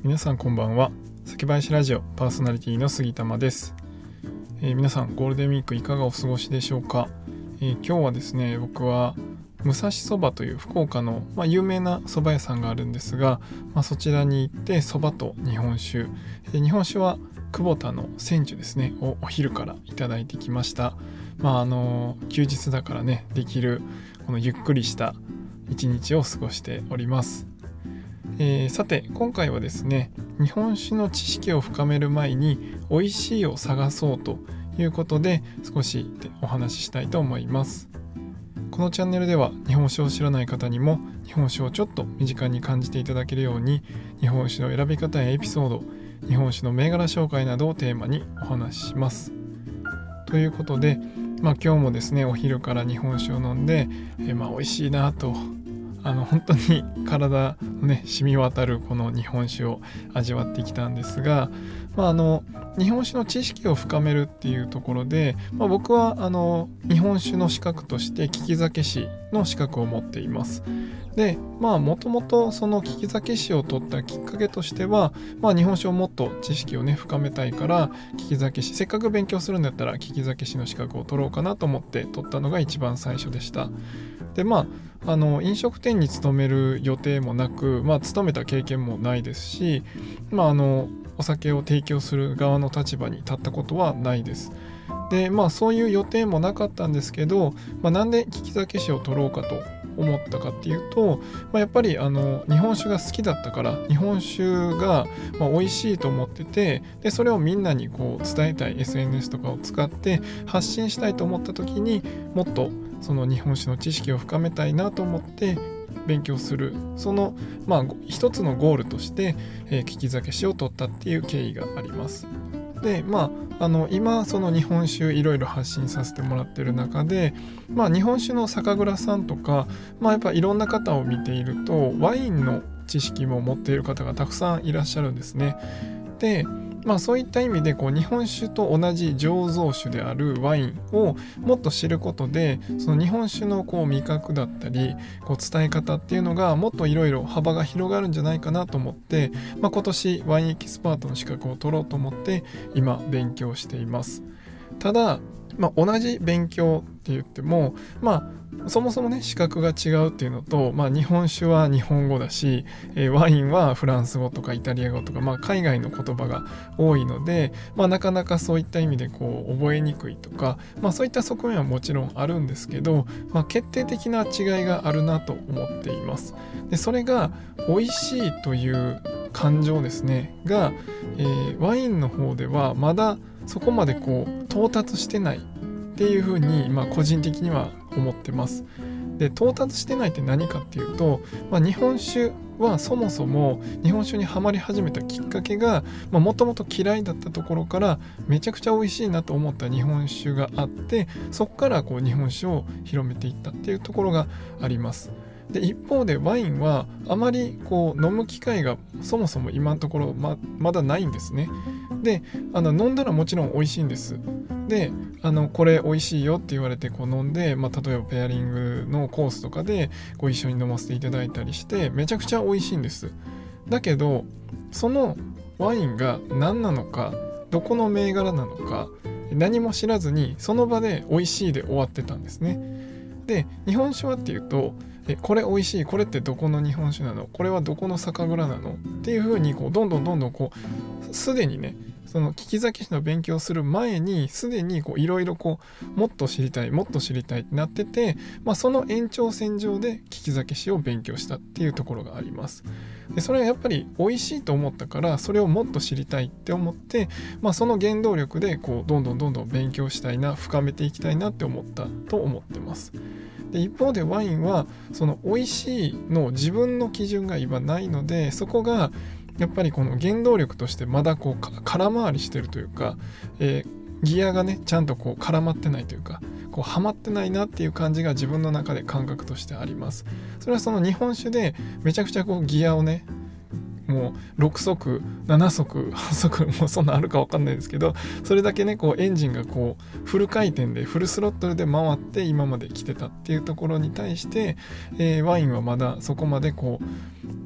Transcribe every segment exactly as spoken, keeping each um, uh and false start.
皆さんこんばんは。先林ラジオパーソナリティの杉玉です。えー、皆さんゴールデンウィークいかがお過ごしでしょうか。えー、今日はですね、僕は武蔵そばという福岡の、まあ、有名な蕎麦屋さんがあるんですが、まあ、そちらに行って蕎麦と日本酒、えー、日本酒は久保田の千寿ですねをお昼からいただいてきました。まああのー、休日だからねできるこのゆっくりした一日を過ごしております。えー、さて今回はですね、日本酒の知識を深める前に美味しいを探そうということで少しお話ししたいと思います。このチャンネルでは日本酒を知らない方にも日本酒をちょっと身近に感じていただけるように、日本酒の選び方やエピソード、日本酒の銘柄紹介などをテーマにお話しします。ということで、まあ、今日もですねお昼から日本酒を飲んで、えー、まあ美味しいなと、あの本当に体のね染み渡るこの日本酒を味わってきたんですが、まあ、あの日本酒の知識を深めるっていうところで、まあ、僕はあの日本酒の資格として利き酒師の資格を持っています。でまあもともとその利き酒師を取ったきっかけとしては、まあ、日本酒をもっと知識をね深めたいから利き酒師、せっかく勉強するんだったら利き酒師の資格を取ろうかなと思って取ったのが一番最初でした。でまああの飲食店に勤める予定もなく、まあ、勤めた経験もないですし、まあ、あのお酒を提供する側の立場に立ったことはないです。でまあそういう予定もなかったんですけど、まあ、なんで利き酒師を取ろうかと思ったかっていうと、まあ、やっぱりあの日本酒が好きだったから、日本酒がまあ美味しいと思ってて、でそれをみんなにこう伝えたい エスエヌエス とかを使って発信したいと思った時に、もっとその日本酒の知識を深めたいなと思って勉強する、そのまあ一つのゴールとして、えー、利き酒師を取ったっていう経緯があります。でまあ、あの今その日本酒いろいろ発信させてもらってる中で、まあ、日本酒の酒蔵さんとか、まあ、やっぱいろんな方を見ているとワインの知識も持っている方がたくさんいらっしゃるんですね。でまあ、そういった意味でこう日本酒と同じ醸造酒であるワインをもっと知ることで、その日本酒のこう味覚だったりこう伝え方っていうのがもっといろいろ幅が広がるんじゃないかなと思って、まあ、今年ワインエキスパートの資格を取ろうと思って今勉強しています。ただ、まあ、同じ勉強って言っても、まあそもそもね資格が違うっていうのと、まあ、日本酒は日本語だし、えー、ワインはフランス語とかイタリア語とか、まあ、海外の言葉が多いので、まあ、なかなかそういった意味でこう覚えにくいとか、まあ、そういった側面はもちろんあるんですけど、まあ、決定的な違いがあるなと思っています。でそれが美味しいという感情ですねが、えー、ワインの方ではまだそこまでこう到達してないっていうふうに、まあ、個人的には思ってます。で到達してないって何かっていうと、まあ、日本酒はそもそも日本酒にはまり始めたきっかけがもともと嫌いだったところからめちゃくちゃ美味しいなと思った日本酒があって、そこからこう日本酒を広めていったっていうところがあります。で一方でワインはあまりこう飲む機会がそもそも今のところ ま, まだないんですね。であの飲んだらもちろん美味しいんです。であのこれ美味しいよって言われてこう飲んで、まあ、例えばペアリングのコースとかでご一緒に飲ませていただいたりしてめちゃくちゃ美味しいんです。だけどそのワインが何なのか、どこの銘柄なのか何も知らずにその場で美味しいで終わってたんですね。で日本酒はっていうと、えこれ美味しい、これってどこの日本酒なの、これはどこの酒蔵なのっていう風にこうどんどんどんどんこうすでにねその利き酒師の勉強する前にすでにいろいろこうもっと知りたいもっと知りたいってなってて、まあ、その延長線上で利き酒師を勉強したっていうところがあります。でそれはやっぱり美味しいと思ったからそれをもっと知りたいって思って、まあ、その原動力でこうどんどんどんどん勉強したいな、深めていきたいなって思ったと思ってます。で一方でワインはその美味しいの自分の基準が今ないので、そこがやっぱりこの原動力としてまだこう空回りしてるというか、えー、ギアがねちゃんとこう絡まってないというかこうはまってないなっていう感じが自分の中で感覚としてあります。それはその日本酒でめちゃくちゃこうギアをねもうろく速なな速はち速もうそんなあるか分かんないですけど、それだけねこうエンジンがこうフル回転でフルスロットルで回って今まで来てたっていうところに対して、えー、ワインはまだそこまでこう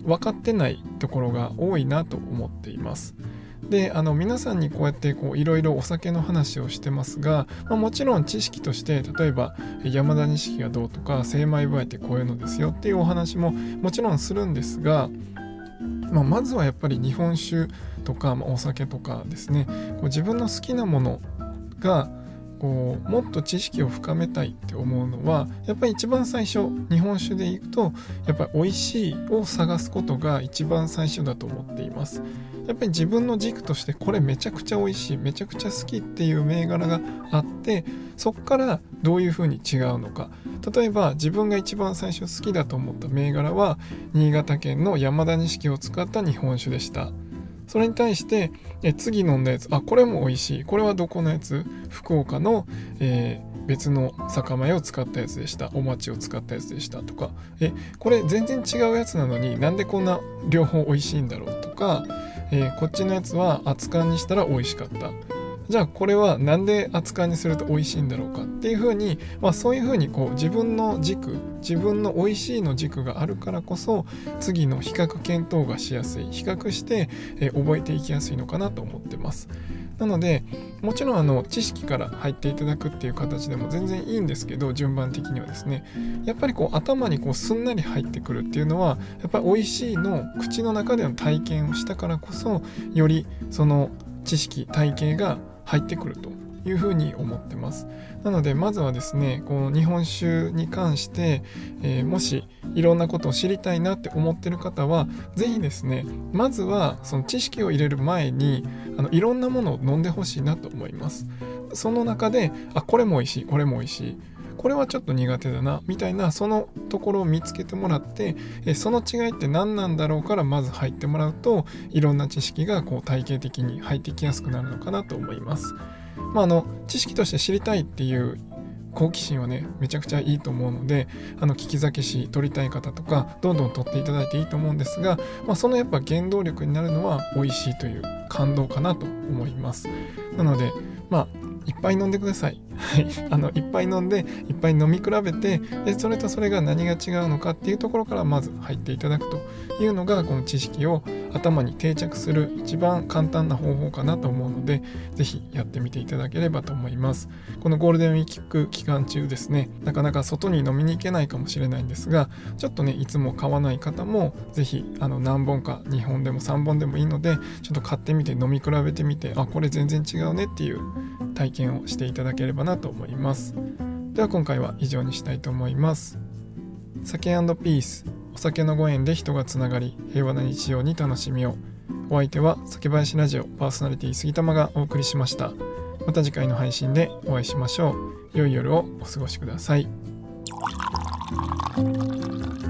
分かってないところが多いなと思っています。であの皆さんにこうやってこういろいろお酒の話をしてますが、まあ、もちろん知識として例えば山田錦がどうとか精米部合ってこういうのですよっていうお話ももちろんするんですが、まあ、まずはやっぱり日本酒とか、まあ、お酒とかですね、こう自分の好きなものがこうもっと知識を深めたいって思うのはやっぱり一番最初日本酒でいくとやっぱり美味しいを探すことが一番最初だと思っています。やっぱり自分の軸としてこれめちゃくちゃ美味しいめちゃくちゃ好きっていう銘柄があって、そこからどういうふうに違うのか。例えば自分が一番最初好きだと思った銘柄は新潟県の山田錦を使った日本酒でした。それに対してえ次飲んだやつ、あこれも美味しい、これはどこのやつ、福岡の、えー、別の酒米を使ったやつでした、お餅を使ったやつでしたとか、えこれ全然違うやつなのになんでこんな両方美味しいんだろうとか、えー、こっちのやつは熱燗にしたら美味しかった、じゃあこれはなんで熱燗にすると美味しいんだろうかっていうふうに、まあ、そういうふうにこう自分の軸、自分の美味しいの軸があるからこそ次の比較検討がしやすい、比較して、えー、覚えていきやすいのかなと思ってます。なのでもちろんあの知識から入っていただくっていう形でも全然いいんですけど、順番的にはですねやっぱりこう頭にこうすんなり入ってくるっていうのはやっぱり美味しいの口の中での体験をしたからこそよりその知識体系が入ってくるというふうに思ってます。なのでまずはですねこの日本酒に関して、えー、もしいろんなことを知りたいなって思ってる方はぜひですねまずはその知識を入れる前にあのいろんなものを飲んでほしいなと思います。その中であこれも美味しいこれも美味しいこれはちょっと苦手だなみたいなそのところを見つけてもらって、えその違いって何なんだろうからまず入ってもらうといろんな知識がこう体系的に入ってきやすくなるのかなと思います。まあ、あの知識として知りたいっていう好奇心はねめちゃくちゃいいと思うので、あの聞き酒師取りたい方とかどんどん取っていただいていいと思うんですが、まあ、そのやっぱ原動力になるのは美味しいという感動かなと思います。なのでまあいっぱい飲んでください。はい、あのいっぱい飲んでいっぱい飲み比べて、でそれとそれが何が違うのかっていうところからまず入っていただくというのがこの知識を頭に定着する一番簡単な方法かなと思うので、ぜひやってみていただければと思います。このゴールデンウィーク期間中ですね、なかなか外に飲みに行けないかもしれないんですが、ちょっとねいつも買わない方もぜひあの何本かにほんでもさんぼんでもいいのでちょっと買ってみて飲み比べてみて、あこれ全然違うねっていう体験をしていただければなと思います。では今回は以上にしたいと思います。酒&ピース、お酒のご縁で人がつながり平和な日常に楽しみを。お相手は酒林ラジオパーソナリティ杉玉がお送りしました。また次回の配信でお会いしましょう。良い夜をお過ごしください。